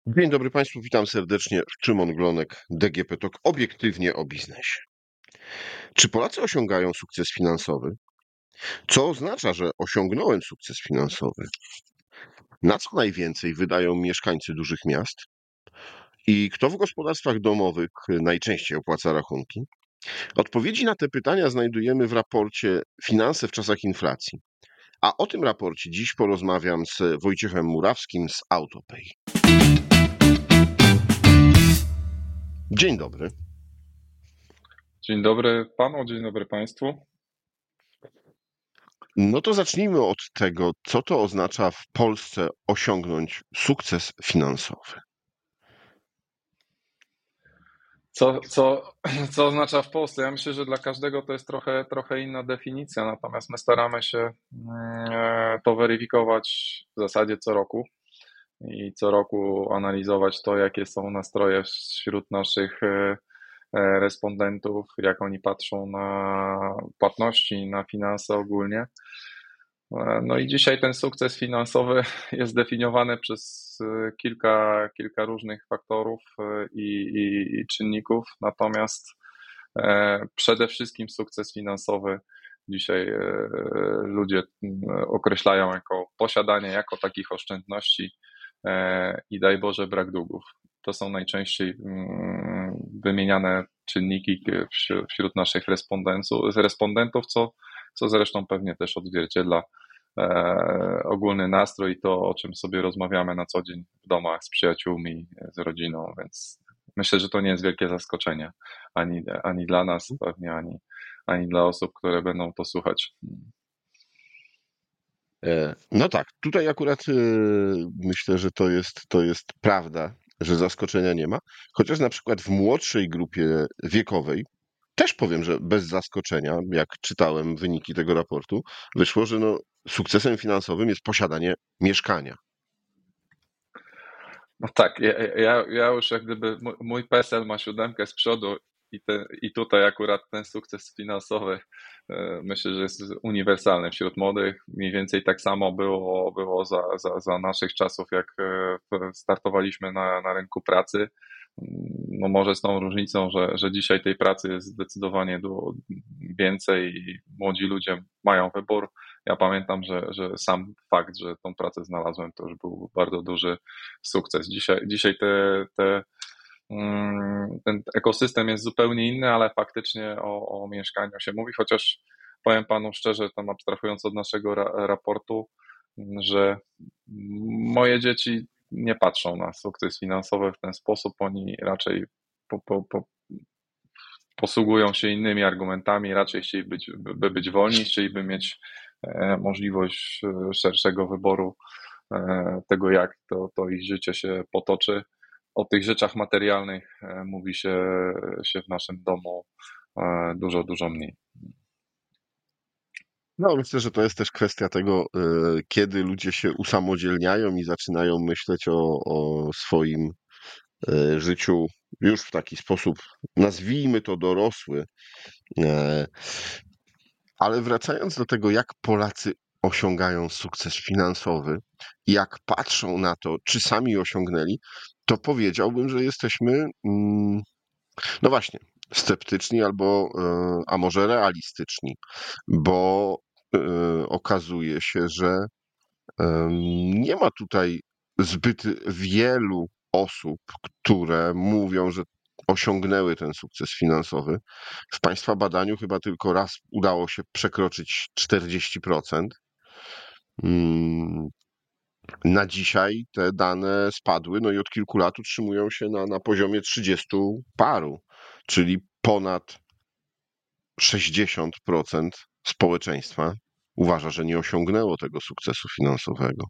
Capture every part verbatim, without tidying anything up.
Dzień dobry Państwu, witam serdecznie. Szymon Glonek, D G P Talk, obiektywnie o biznesie. Czy Polacy osiągają sukces finansowy? Co oznacza, że osiągnąłem sukces finansowy? Na co najwięcej wydają mieszkańcy dużych miast? I kto w gospodarstwach domowych najczęściej opłaca rachunki? Odpowiedzi na te pytania znajdujemy w raporcie Finanse w czasach inflacji. A o tym raporcie dziś porozmawiam z Wojciechem Murawskim z Autopay. Dzień dobry. Dzień dobry panu, dzień dobry państwu. No to zacznijmy od tego, co to oznacza w Polsce osiągnąć sukces finansowy. Co, co, co oznacza w Polsce? Ja myślę, że dla każdego to jest trochę, trochę inna definicja, natomiast my staramy się mm, to weryfikować w zasadzie co roku i co roku analizować to, jakie są nastroje wśród naszych e, e, respondentów, jak oni patrzą na płatności, na finanse ogólnie. E, No i dzisiaj ten sukces finansowy jest definiowany przez e, kilka, kilka różnych faktorów e, i, i, i czynników, natomiast e, przede wszystkim sukces finansowy dzisiaj e, ludzie m, określają jako posiadanie jako takich oszczędności e, i daj Boże brak długów. To są najczęściej mm, wymieniane czynniki wśród, wśród naszych respondentów, respondentów, co, co zresztą pewnie też odzwierciedla e, ogólny nastrój i to, o czym sobie rozmawiamy na co dzień w domach z przyjaciółmi, z rodziną, więc myślę, że to nie jest wielkie zaskoczenie ani, ani dla nas pewnie, ani, ani dla osób, które będą to słuchać. E, No tak, tutaj akurat e, myślę, że to jest, to jest prawda, że zaskoczenia nie ma, chociaż na przykład w młodszej grupie wiekowej też powiem, że bez zaskoczenia, jak czytałem wyniki tego raportu, wyszło, że no, sukcesem finansowym jest posiadanie mieszkania. No tak, ja, ja, ja już jak gdyby mój, mój PESEL ma siódemkę z przodu i, te, i tutaj akurat ten sukces finansowy e, myślę, że jest uniwersalny wśród młodych. Mniej więcej tak samo było, było za, za, za naszych czasów, jak e, startowaliśmy na, na rynku pracy. No może z tą różnicą, że, że dzisiaj tej pracy jest zdecydowanie du- więcej i młodzi ludzie mają wybór. Ja pamiętam, że, że sam fakt, że tą pracę znalazłem, to już był bardzo duży sukces. Dzisiaj, dzisiaj te, te, mm, ten ekosystem jest zupełnie inny, ale faktycznie o, o mieszkaniu się mówi, chociaż powiem panu szczerze, tam abstrahując od naszego ra, raportu, że moje dzieci nie patrzą na sukces finansowy w ten sposób, oni raczej po, po, po, posługują się innymi argumentami, raczej chcieliby być, by być wolni, chcieliby mieć e, możliwość e, szerszego wyboru e, tego, jak to, to ich życie się potoczy. O tych rzeczach materialnych e, mówi się, się w naszym domu e, dużo, dużo mniej. No, myślę, że to jest też kwestia tego, e, kiedy ludzie się usamodzielniają i zaczynają myśleć o, o swoim e, życiu już w taki sposób, nazwijmy to dorosły. E, Ale wracając do tego, jak Polacy osiągają sukces finansowy, jak patrzą na to, czy sami osiągnęli, to powiedziałbym, że jesteśmy, mm, no właśnie, sceptyczni albo, e, a może realistyczni, bo e, okazuje się, że em, nie ma tutaj zbyt wielu osób, które mówią, że osiągnęły ten sukces finansowy. W Państwa badaniu chyba tylko raz udało się przekroczyć czterdzieści procent. Mm, Na dzisiaj te dane spadły, no i od kilku lat utrzymują się na, na poziomie trzydziestu paru, czyli ponad sześćdziesiąt procent społeczeństwa uważa, że nie osiągnęło tego sukcesu finansowego.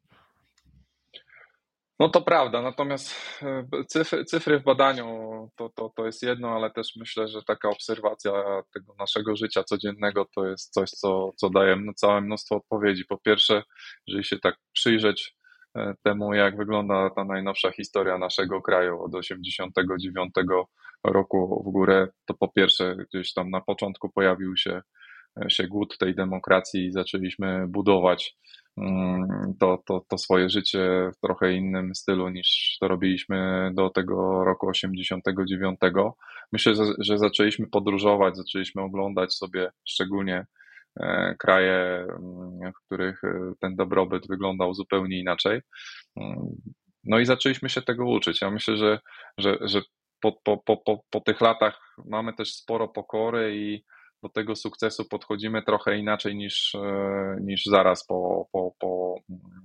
No to prawda, natomiast e, cyfry, cyfry w badaniu to, to, to jest jedno, ale też myślę, że taka obserwacja tego naszego życia codziennego to jest coś, co, co daje no, całe mnóstwo odpowiedzi. Po pierwsze, jeżeli się tak przyjrzeć e, temu, jak wygląda ta najnowsza historia naszego kraju od osiemdziesiątego dziewiątego roku w górę, to po pierwsze gdzieś tam na początku pojawił się, się głód tej demokracji i zaczęliśmy budować to, to, to swoje życie w trochę innym stylu niż to robiliśmy do tego roku osiemdziesiątego dziewiątego. Myślę, że, że zaczęliśmy podróżować, zaczęliśmy oglądać sobie szczególnie e, kraje, mm, w których e, ten dobrobyt wyglądał zupełnie inaczej. Mm, No i zaczęliśmy się tego uczyć. Ja myślę, że, że, że po, po, po, po, po tych latach mamy też sporo pokory i do tego sukcesu podchodzimy trochę inaczej niż, e, niż zaraz po, po, po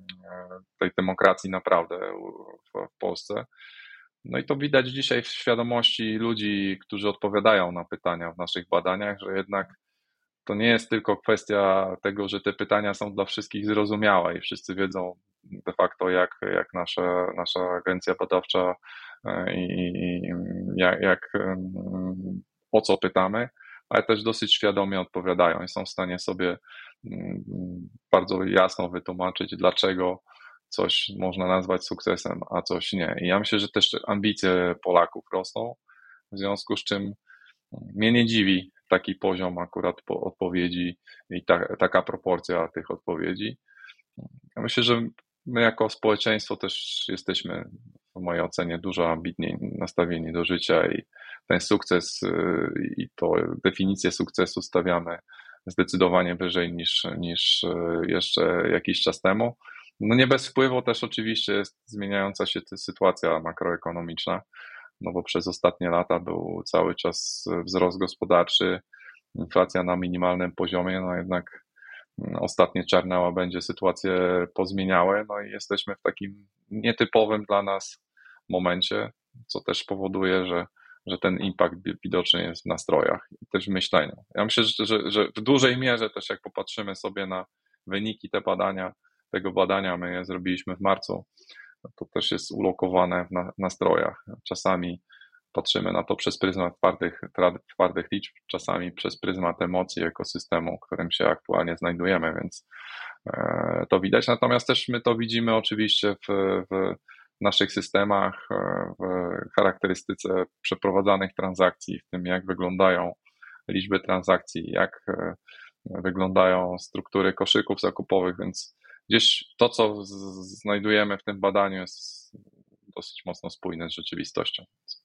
e, tej demokracji naprawdę w, w Polsce. No i to widać dzisiaj w świadomości ludzi, którzy odpowiadają na pytania w naszych badaniach, że jednak to nie jest tylko kwestia tego, że te pytania są dla wszystkich zrozumiałe i wszyscy wiedzą de facto, jak, jak nasza, nasza agencja badawcza e, i, i jak, jak, em, o co pytamy, ale też dosyć świadomie odpowiadają i są w stanie sobie mm, bardzo jasno wytłumaczyć, dlaczego coś można nazwać sukcesem, a coś nie. I ja myślę, że też ambicje Polaków rosną, w związku z czym mnie nie dziwi taki poziom akurat po odpowiedzi i ta, taka proporcja tych odpowiedzi. Ja myślę, że my jako społeczeństwo też jesteśmy w mojej ocenie dużo ambitniej nastawieni do życia i ten sukces y, i to definicję sukcesu stawiamy zdecydowanie wyżej niż, niż y, jeszcze jakiś czas temu. No nie bez wpływu też oczywiście jest zmieniająca się sytuacja makroekonomiczna, no bo przez ostatnie lata był cały czas wzrost gospodarczy, inflacja na minimalnym poziomie, no jednak ostatnie czarne łabędzie sytuację pozmieniały, no i jesteśmy w takim nietypowym dla nas momencie, co też powoduje, że, że ten impact widoczny jest w nastrojach i też w myśleniu. Ja myślę, że, że, że w dużej mierze też jak popatrzymy sobie na wyniki te badania, tego badania, my je zrobiliśmy w marcu, to też jest ulokowane w na, nastrojach. Czasami patrzymy na to przez pryzmat twardych, twardych liczb, czasami przez pryzmat emocji ekosystemu, w którym się aktualnie znajdujemy, więc to widać. Natomiast też my to widzimy oczywiście w, w naszych systemach, w charakterystyce przeprowadzanych transakcji, w tym jak wyglądają liczby transakcji, jak wyglądają struktury koszyków zakupowych, więc gdzieś to, co znajdujemy w tym badaniu, jest dosyć mocno spójne z rzeczywistością.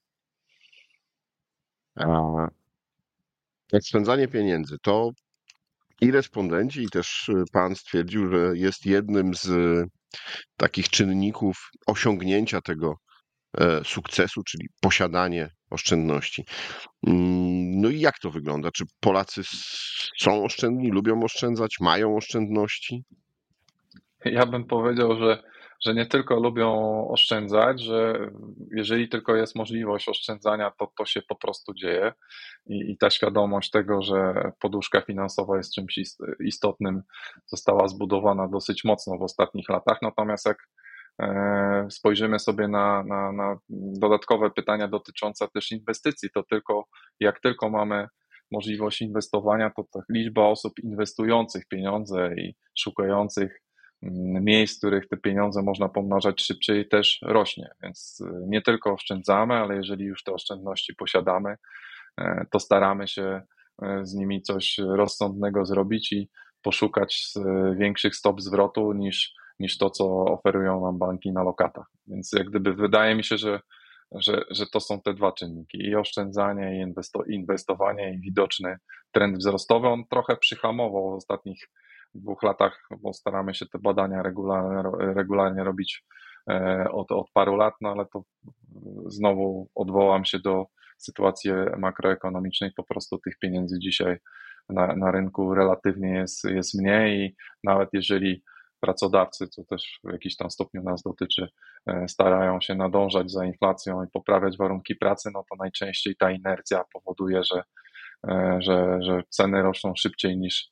A jak spędzanie pieniędzy, to i respondenci, i też pan stwierdził, że jest jednym z takich czynników osiągnięcia tego e, sukcesu, czyli posiadanie oszczędności. Mm, No i jak to wygląda? Czy Polacy s- są oszczędni, lubią oszczędzać, mają oszczędności? Ja bym powiedział, że, że nie tylko lubią oszczędzać, że jeżeli tylko jest możliwość oszczędzania, to to się po prostu dzieje. I, i ta świadomość tego, że poduszka finansowa jest czymś istotnym, została zbudowana dosyć mocno w ostatnich latach. Natomiast jak e, spojrzymy sobie na, na, na dodatkowe pytania dotyczące też inwestycji, to tylko jak tylko mamy możliwość inwestowania, to ta liczba osób inwestujących pieniądze i szukających miejsc, w których te pieniądze można pomnażać szybciej, też rośnie. Więc nie tylko oszczędzamy, ale jeżeli już te oszczędności posiadamy, to staramy się z nimi coś rozsądnego zrobić i poszukać większych stop zwrotu niż, niż to, co oferują nam banki na lokatach. Więc jak gdyby wydaje mi się, że, że, że to są te dwa czynniki, i oszczędzanie, i inwesto, inwestowanie, i widoczny trend wzrostowy. On trochę przyhamował w ostatnich dwóch latach, bo staramy się te badania regularnie, regularnie robić od, od paru lat, no ale to znowu odwołam się do sytuacji makroekonomicznej, po prostu tych pieniędzy dzisiaj na, na rynku relatywnie jest, jest mniej i nawet jeżeli pracodawcy, co też w jakiś tam stopniu nas dotyczy, starają się nadążać za inflacją i poprawiać warunki pracy, no to najczęściej ta inercja powoduje, że, że, że ceny rosną szybciej niż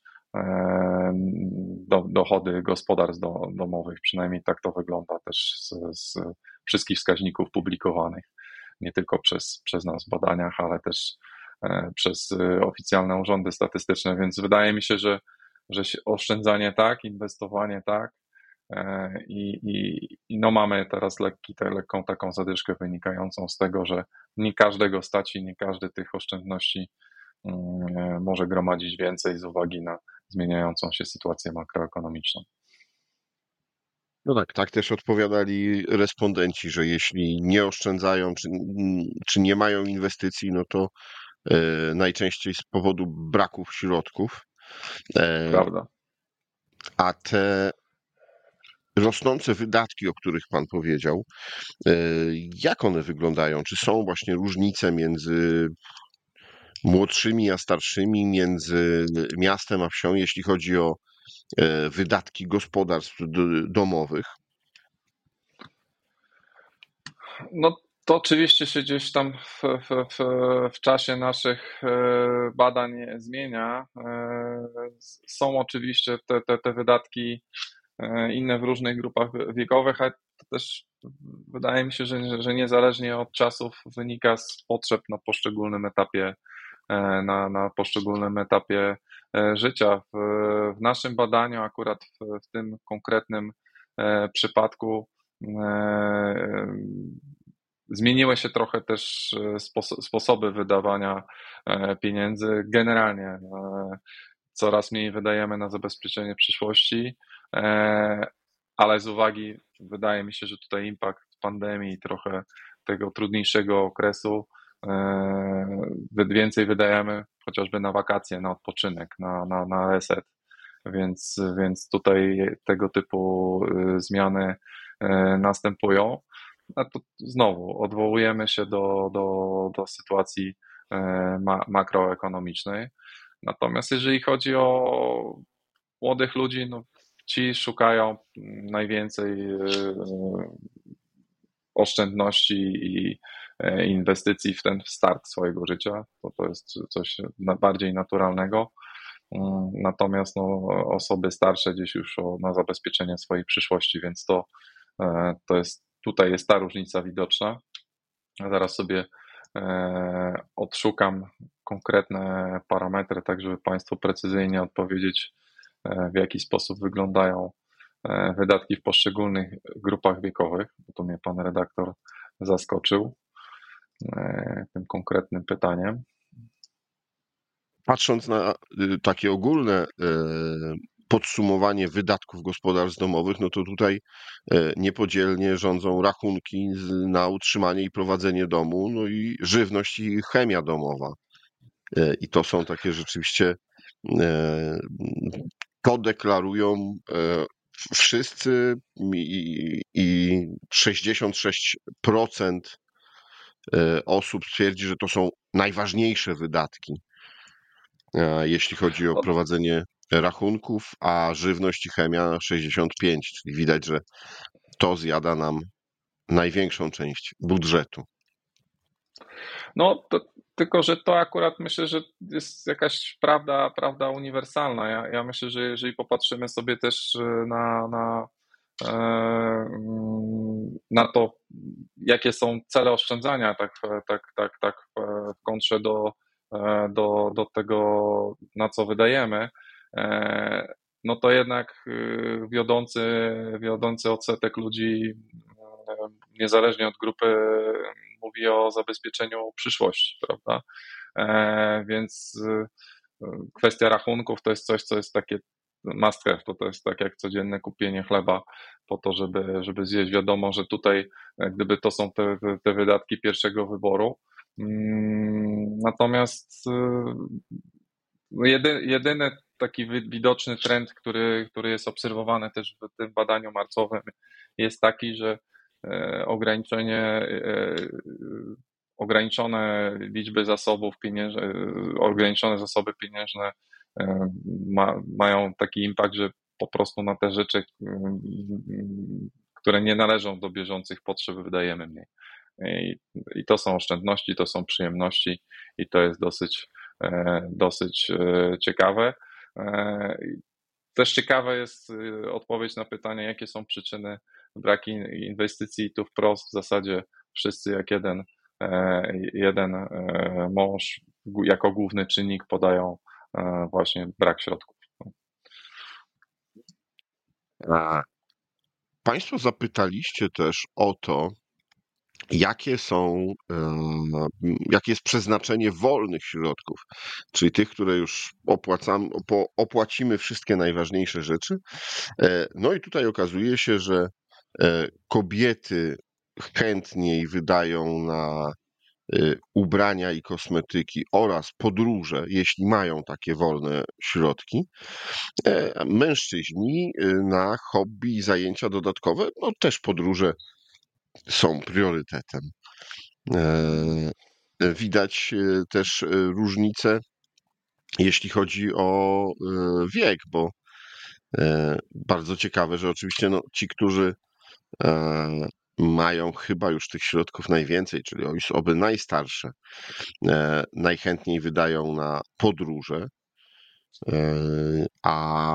do, dochody gospodarstw do, domowych. Przynajmniej tak to wygląda też z, z wszystkich wskaźników publikowanych, nie tylko przez, przez nas w badaniach, ale też przez oficjalne urzędy statystyczne, więc wydaje mi się, że, że oszczędzanie tak, inwestowanie tak i, i, i no mamy teraz lekki, te, lekką taką zadyszkę wynikającą z tego, że nie każdego stać i nie każdy tych oszczędności może gromadzić więcej z uwagi na zmieniającą się sytuację makroekonomiczną. No tak, tak też odpowiadali respondenci, że jeśli nie oszczędzają, czy, czy nie mają inwestycji, no to e, najczęściej z powodu braków środków. E, Prawda. a te rosnące wydatki, o których Pan powiedział, e, jak one wyglądają? Czy są właśnie różnice między młodszymi a starszymi, między miastem a wsią, jeśli chodzi o e, wydatki gospodarstw d- domowych? No to oczywiście się gdzieś tam w, w, w, w czasie naszych e, badań zmienia. E, Są oczywiście te, te, te wydatki e, inne w różnych grupach wiekowych, ale to też wydaje mi się, że, że niezależnie od czasów wynika z potrzeb na poszczególnym etapie, e, na, na poszczególnym etapie e, życia. W, w naszym badaniu, akurat w, w tym konkretnym e, przypadku, e, zmieniły się trochę też e, spos- sposoby wydawania e, pieniędzy. Generalnie e, coraz mniej wydajemy na zabezpieczenie przyszłości, e, ale z uwagi, wydaje mi się, że tutaj impact pandemii, trochę tego trudniejszego okresu, e, więcej wydajemy chociażby na wakacje, na odpoczynek, na, na, na reset. Więc, więc tutaj tego typu y, zmiany y, następują. A to znowu odwołujemy się do, do, do sytuacji y, ma, makroekonomicznej. Natomiast jeżeli chodzi o młodych ludzi, no, ci szukają najwięcej y, oszczędności i e, inwestycji w ten start swojego życia. To, to jest coś bardziej naturalnego. Mm, Natomiast no, osoby starsze gdzieś już o, na zabezpieczenie swojej przyszłości, więc to, e, to jest, tutaj jest ta różnica widoczna. Zaraz sobie e, odszukam konkretne parametry, tak żeby Państwu precyzyjnie odpowiedzieć, e, w jaki sposób wyglądają e, wydatki w poszczególnych grupach wiekowych, bo to mnie Pan redaktor zaskoczył e, tym konkretnym pytaniem. Patrząc na y, takie ogólne e, podsumowanie wydatków gospodarstw domowych, no to tutaj e, niepodzielnie rządzą rachunki z- na utrzymanie i prowadzenie domu, no i żywność i chemia domowa. E, I to są takie rzeczywiście, e, to deklarują e, wszyscy i, i sześćdziesiąt sześć procent e, osób twierdzi, że to są najważniejsze wydatki, e, jeśli chodzi o No, prowadzenie rachunków, a żywność i chemia sześćdziesiąt pięć, czyli widać, że to zjada nam największą część budżetu. no to, tylko, że to akurat myślę, że jest jakaś prawda, prawda uniwersalna. Ja, ja myślę, że jeżeli popatrzymy sobie też e, na, na, e, mm, na to, jakie są cele oszczędzania, tak, tak, tak, tak e, w kontrze do, e, do, do tego, na co wydajemy, e, no to jednak e, wiodący, wiodący odsetek ludzi, e, niezależnie od grupy, mówi o zabezpieczeniu przyszłości, prawda? E, Więc e, kwestia rachunków to jest coś, co jest takie must have, to, to jest tak jak codzienne kupienie chleba po to, żeby, żeby zjeść. Wiadomo, że tutaj e, gdyby to są te, te wydatki pierwszego wyboru. Mm, Natomiast e, jedy, jedyny taki wi- widoczny trend, który, który jest obserwowany też w tym badaniu marcowym, jest taki, że e, ograniczenie, e, ograniczone liczby zasobów pieniężnych, ograniczone zasoby pieniężne e, ma, mają taki impact, że po prostu na te rzeczy, mm, które nie należą do bieżących potrzeb, wydajemy mniej. I, i to są oszczędności, to są przyjemności i to jest dosyć, e, dosyć e, ciekawe. E, Też ciekawe jest e, odpowiedź na pytanie, jakie są przyczyny braku inwestycji. Tu wprost w zasadzie wszyscy jak jeden, e, jeden e, mąż jako główny czynnik podają e, właśnie brak środków. A Państwo zapytaliście też o to, jakie są, e, jakie jest przeznaczenie wolnych środków, czyli tych, które już opłacamy, opo- opłacimy wszystkie najważniejsze rzeczy. E, No i tutaj okazuje się, że e, kobiety chętniej wydają na e, ubrania i kosmetyki oraz podróże, jeśli mają takie wolne środki. E, a Mężczyźni e, na hobby i zajęcia dodatkowe, no też podróże są priorytetem. E, Widać e, też e, różnice, jeśli chodzi o e, wiek, bo e, bardzo ciekawe, że oczywiście no, ci, którzy e, mają chyba już tych środków najwięcej, czyli osoby najstarsze, e, najchętniej wydają na podróże, e, a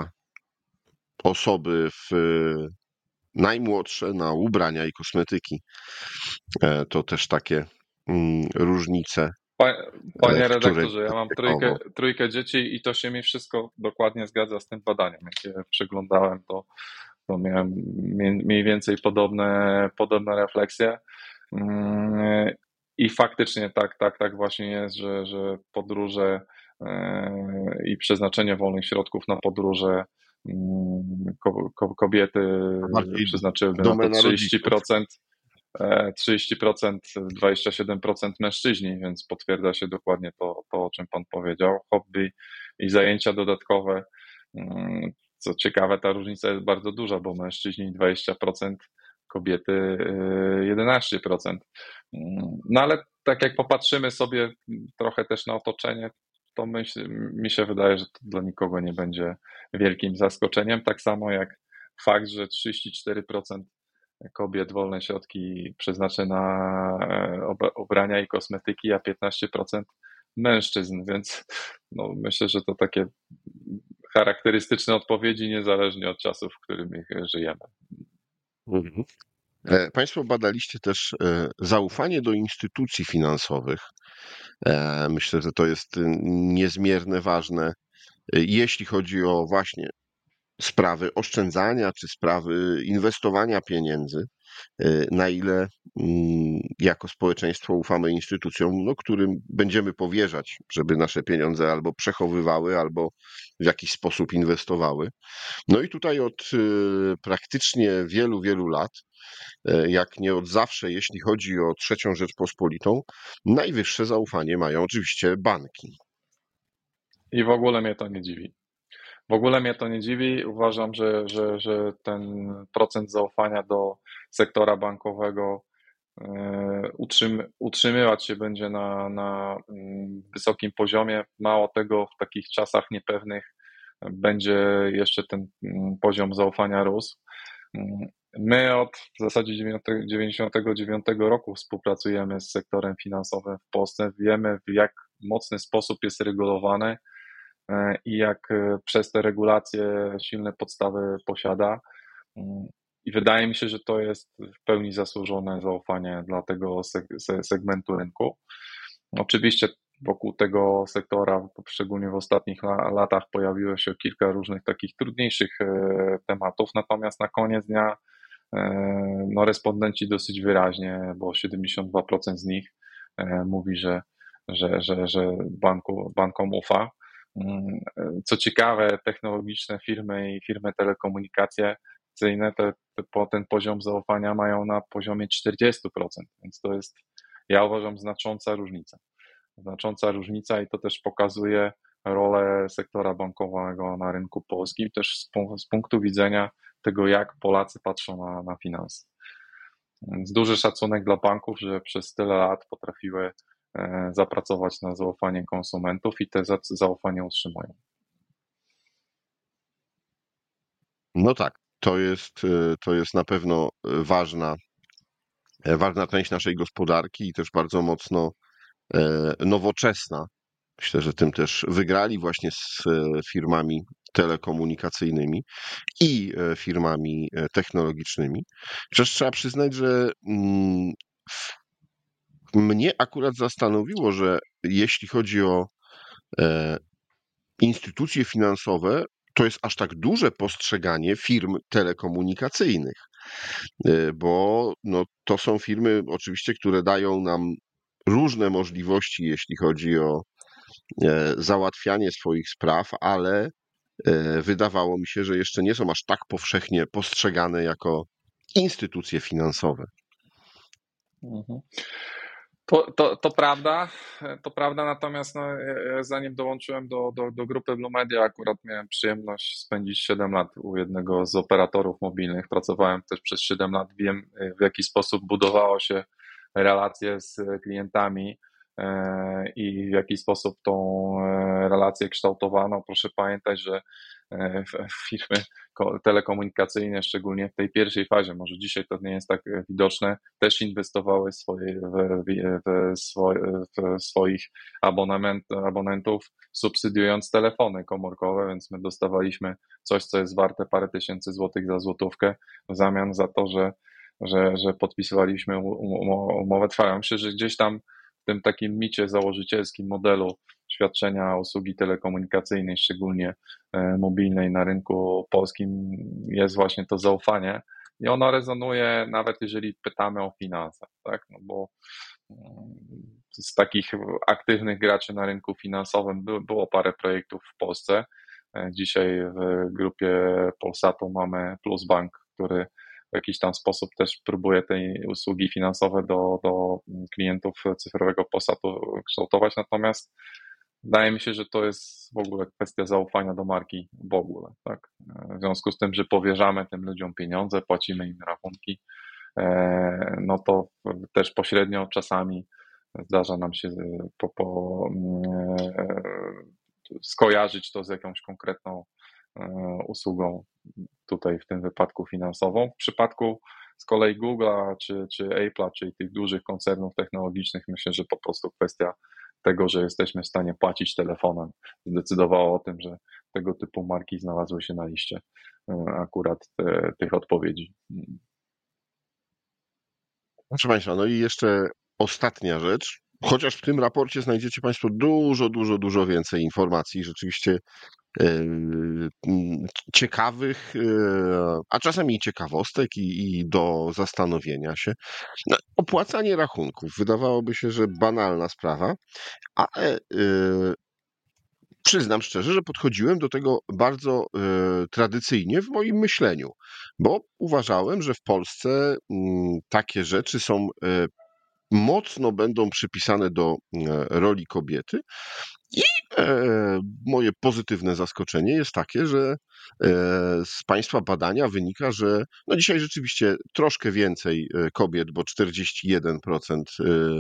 osoby w najmłodsze na ubrania i kosmetyki. E, To też takie mm, różnice, Pa- e, Panie które redaktorze, ja mam trójkę, wiekowo. trójkę dzieci i to się mi wszystko dokładnie zgadza z tym badaniem. Jak się przyglądałem, to, to miałem mie- mniej więcej podobne, podobne refleksje. Mm, I faktycznie tak, tak, tak właśnie jest, że, że podróże e, i przeznaczenie wolnych środków na podróże mm, ko- ko- kobiety A bardziej przeznaczyłyby na to domena trzydzieści rodziców. procent e, trzydzieści procent, dwadzieścia siedem procent mężczyźni, więc potwierdza się dokładnie to, to, o czym Pan powiedział. Hobby i zajęcia dodatkowe. Mm, Co ciekawe, ta różnica jest bardzo duża, bo mężczyźni dwadzieścia procent, kobiety y, jedenaście procent. Mm, No ale tak jak popatrzymy sobie trochę też na otoczenie, to myśl, mi się wydaje, że to dla nikogo nie będzie wielkim zaskoczeniem. Tak samo jak fakt, że trzydzieści cztery procent kobiet wolne środki przeznaczy na e, ob- ubrania i kosmetyki, a piętnaście procent mężczyzn, więc no, myślę, że to takie charakterystyczne odpowiedzi niezależnie od czasów, w którym żyjemy. Mhm. E, Państwo badaliście też e, zaufanie do instytucji finansowych. E, Myślę, że to jest e, niezmiernie ważne, e, jeśli chodzi o właśnie sprawy oszczędzania czy sprawy inwestowania pieniędzy. e, Na ile mm, jako społeczeństwo ufamy instytucjom, no, którym będziemy powierzać, żeby nasze pieniądze albo przechowywały, albo w jakiś sposób inwestowały. No i tutaj od e, praktycznie wielu, wielu lat, e, jak nie od zawsze, jeśli chodzi o trzecią Rzeczpospolitą, najwyższe zaufanie mają oczywiście banki. I w ogóle mnie to nie dziwi. W ogóle mnie to nie dziwi. Uważam, że, że, że ten procent zaufania do sektora bankowego e, utrzym, utrzymywać się będzie na, na mm, wysokim poziomie. Mało tego, w takich czasach niepewnych będzie jeszcze ten mm, poziom zaufania rósł. Mm, My od w zasadzie dziewięćdziesiątego dziewiątego roku współpracujemy z sektorem finansowym w Polsce. Wiemy, w jak mocny sposób jest regulowany e, i jak e, przez te regulacje silne podstawy posiada. Mm, I wydaje mi się, że to jest w pełni zasłużone zaufanie dla tego seg- se- segmentu rynku. Oczywiście wokół tego sektora, szczególnie w ostatnich la- latach, pojawiło się kilka różnych takich trudniejszych e, tematów, natomiast na koniec dnia e, no, respondenci dosyć wyraźnie, bo siedemdziesiąt dwa procent z nich e, mówi, że, że, że, że banku, bankom ufa. Mm, Co ciekawe, technologiczne firmy i firmy telekomunikacyjne te, te, po ten poziom zaufania mają na poziomie czterdzieści procent, więc to jest, ja uważam, znacząca różnica. Znacząca różnica i to też pokazuje rolę sektora bankowego na rynku polskim, też z, pu- z punktu widzenia tego, jak Polacy patrzą na, na finanse. Więc duży szacunek dla banków, że przez tyle lat potrafiły e, zapracować na zaufanie konsumentów i te za- zaufanie utrzymują. No tak, to jest, e, to jest na pewno e, ważna, e, ważna część naszej gospodarki i też bardzo mocno e, nowoczesna. Myślę, że tym też wygrali właśnie z e, firmami telekomunikacyjnymi i e, firmami e, technologicznymi. Przecież trzeba przyznać, że mm, mnie akurat zastanowiło, że jeśli chodzi o e, instytucje finansowe, to jest aż tak duże postrzeganie firm telekomunikacyjnych. bo no, to są firmy oczywiście, które dają nam różne możliwości, jeśli chodzi o załatwianie swoich spraw, ale wydawało mi się, że jeszcze nie są aż tak powszechnie postrzegane jako instytucje finansowe. Mhm. To, to, to prawda, to prawda, natomiast no, ja zanim dołączyłem do, do, do grupy Blue Media, akurat miałem przyjemność spędzić siedem lat u jednego z operatorów mobilnych. Pracowałem też przez siedem lat, wiem w jaki sposób budowało się relacje z klientami i w jaki sposób tą relację kształtowano. Proszę pamiętać, że firmy telekomunikacyjne, szczególnie w tej pierwszej fazie, może dzisiaj to nie jest tak widoczne, też inwestowały swoje, w, w, swoje, w swoich abonament, abonentów, subsydiując telefony komórkowe, więc my dostawaliśmy coś, co jest warte parę tysięcy złotych za złotówkę w zamian za to, że, że, że podpisywaliśmy umowę trwałą. Myślę, że gdzieś tam w tym takim micie założycielskim modelu świadczenia usługi telekomunikacyjnej, szczególnie mobilnej na rynku polskim, jest właśnie to zaufanie i ono rezonuje nawet jeżeli pytamy o finanse, tak? No bo z takich aktywnych graczy na rynku finansowym było parę projektów w Polsce. Dzisiaj w grupie Polsatu mamy Plusbank, który w jakiś tam sposób też próbuje tej usługi finansowe do, do klientów cyfrowego Polsatu kształtować, natomiast wydaje mi się, że to jest w ogóle kwestia zaufania do marki w ogóle, tak? W związku z tym, że powierzamy tym ludziom pieniądze, płacimy im rachunki, no to też pośrednio czasami zdarza nam się po, po, skojarzyć to z jakąś konkretną usługą, tutaj w tym wypadku finansową. W przypadku z kolei Google'a czy, czy Apple'a, czyli tych dużych koncernów technologicznych, myślę, że po prostu kwestia tego, że jesteśmy w stanie płacić telefonem, zdecydowało o tym, że tego typu marki znalazły się na liście akurat te, tych odpowiedzi. Proszę Państwa, no i jeszcze ostatnia rzecz, chociaż w tym raporcie znajdziecie Państwo dużo, dużo, dużo więcej informacji, rzeczywiście ciekawych, a czasami i ciekawostek i, i do zastanowienia się. No, opłacanie rachunków. Wydawałoby się, że banalna sprawa, ale yy, przyznam szczerze, że podchodziłem do tego bardzo yy, tradycyjnie w moim myśleniu, bo uważałem, że w Polsce yy, takie rzeczy są yy, mocno będą przypisane do roli kobiety i e, moje pozytywne zaskoczenie jest takie, że e, z Państwa badania wynika, że no dzisiaj rzeczywiście troszkę więcej kobiet, bo czterdzieści jeden procent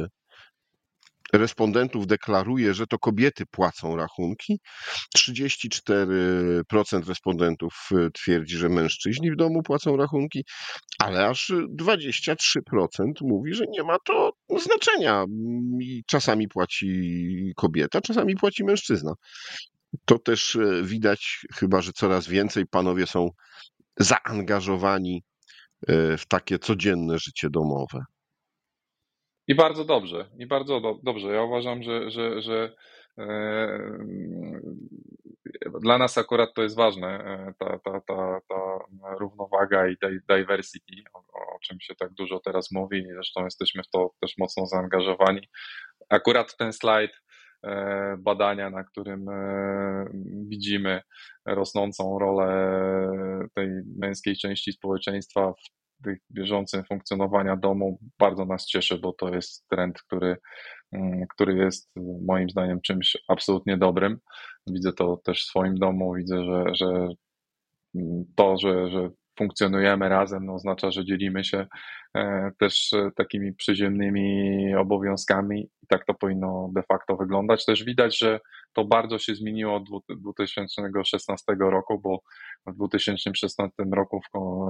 respondentów deklaruje, że to kobiety płacą rachunki, trzydzieści cztery procent respondentów twierdzi, że mężczyźni w domu płacą rachunki, ale aż dwadzieścia trzy procent mówi, że nie ma to znaczenia. I czasami płaci kobieta, czasami płaci mężczyzna. To też widać chyba, że coraz więcej panowie są zaangażowani w takie codzienne życie domowe. I bardzo dobrze, i bardzo do, dobrze. Ja uważam, że, że, że e, dla nas akurat to jest ważne, ta, ta, ta, ta równowaga i diversity, o, o czym się tak dużo teraz mówi, i zresztą jesteśmy w to też mocno zaangażowani. Akurat ten slajd badania, na którym widzimy rosnącą rolę tej męskiej części społeczeństwa w tych bieżącym funkcjonowania domu, bardzo nas cieszy, bo to jest trend, który, który jest moim zdaniem czymś absolutnie dobrym. Widzę to też w swoim domu, widzę, że, że to, że, że funkcjonujemy razem, no oznacza, że dzielimy się też takimi przyziemnymi obowiązkami i tak to powinno de facto wyglądać. Też widać, że to bardzo się zmieniło od dwa tysiące szesnastego roku, bo w dwa tysiące szesnastym roku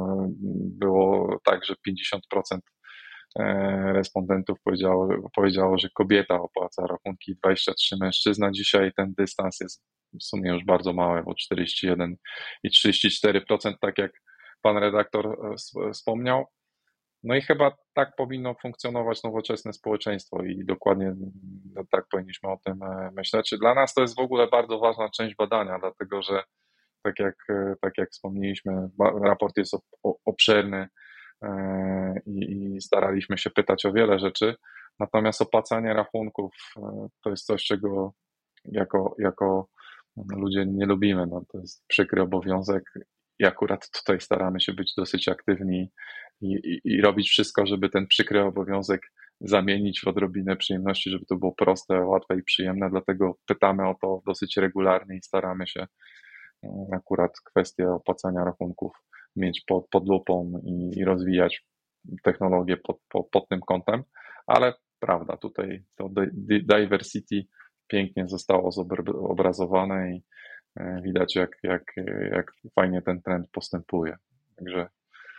było tak, że pięćdziesiąt procent respondentów powiedziało, powiedziało, że kobieta opłaca rachunki, dwadzieścia trzy procent mężczyzna. Dzisiaj ten dystans jest w sumie już bardzo mały, bo czterdzieści jeden i trzydzieści cztery procent, tak jak pan redaktor wspomniał. No i chyba tak powinno funkcjonować nowoczesne społeczeństwo i dokładnie tak powinniśmy o tym myśleć. Dla nas to jest w ogóle bardzo ważna część badania, dlatego że tak jak, tak jak wspomnieliśmy, raport jest obszerny, i, i staraliśmy się pytać o wiele rzeczy. Natomiast opłacanie rachunków to jest coś, czego jako, jako ludzie nie lubimy. No, to jest przykry obowiązek i akurat tutaj staramy się być dosyć aktywni i, i, i robić wszystko, żeby ten przykry obowiązek zamienić w odrobinę przyjemności, żeby to było proste, łatwe i przyjemne. Dlatego pytamy o to dosyć regularnie i staramy się akurat kwestię opłacania rachunków mieć pod, pod lupą i, i rozwijać technologię pod, pod, pod tym kątem, ale prawda, tutaj to diversity pięknie zostało zobrazowane i widać, jak, jak, jak fajnie ten trend postępuje. Także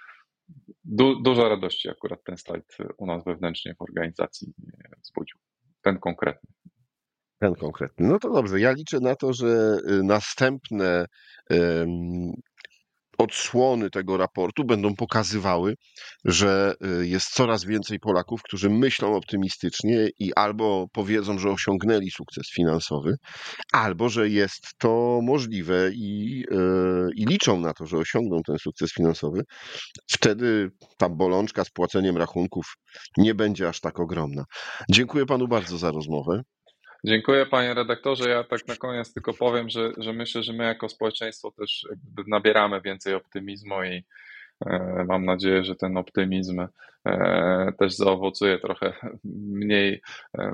du, dużo radości akurat ten slajd u nas wewnętrznie w organizacji wzbudził. Ten konkretny. Ten konkretny. No to dobrze. Ja liczę na to, że następne um, odsłony tego raportu będą pokazywały, że jest coraz więcej Polaków, którzy myślą optymistycznie i albo powiedzą, że osiągnęli sukces finansowy, albo że jest to możliwe i, yy, i liczą na to, że osiągną ten sukces finansowy. Wtedy ta bolączka z płaceniem rachunków nie będzie aż tak ogromna. Dziękuję panu bardzo za rozmowę. Dziękuję panie redaktorze. Ja tak na koniec tylko powiem, że, że myślę, że my jako społeczeństwo też jakby nabieramy więcej optymizmu i e, mam nadzieję, że ten optymizm e, też zaowocuje trochę mniej e,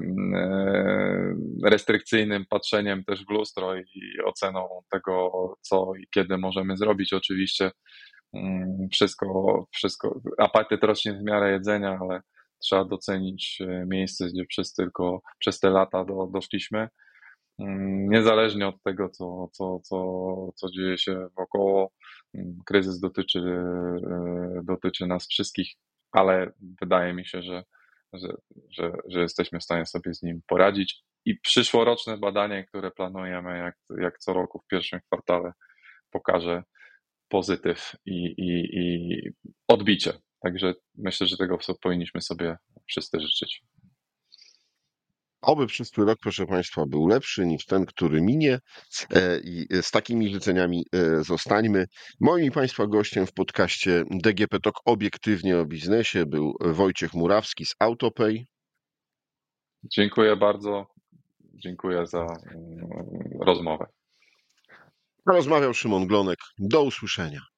restrykcyjnym patrzeniem też w lustro i oceną tego, co i kiedy możemy zrobić. Oczywiście mm, wszystko, wszystko, apetyt rośnie w miarę jedzenia, ale trzeba docenić miejsce, gdzie przez tylko przez te lata do, doszliśmy. Niezależnie od tego, co, co, co, co dzieje się wokoło, kryzys dotyczy, dotyczy nas wszystkich, ale wydaje mi się, że, że, że, że jesteśmy w stanie sobie z nim poradzić. I przyszłoroczne badanie, które planujemy, jak, jak co roku w pierwszym kwartale, pokaże pozytyw i, i, i odbicie. Także myślę, że tego powinniśmy sobie wszyscy życzyć. Oby przyszły rok, proszę Państwa, był lepszy niż ten, który minie i z takimi życzeniami zostańmy. Moim Państwa gościem w podcaście D G P Talk obiektywnie o biznesie był Wojciech Murawski z Autopay. Dziękuję bardzo. Dziękuję za rozmowę. Rozmawiał Szymon Glonek. Do usłyszenia.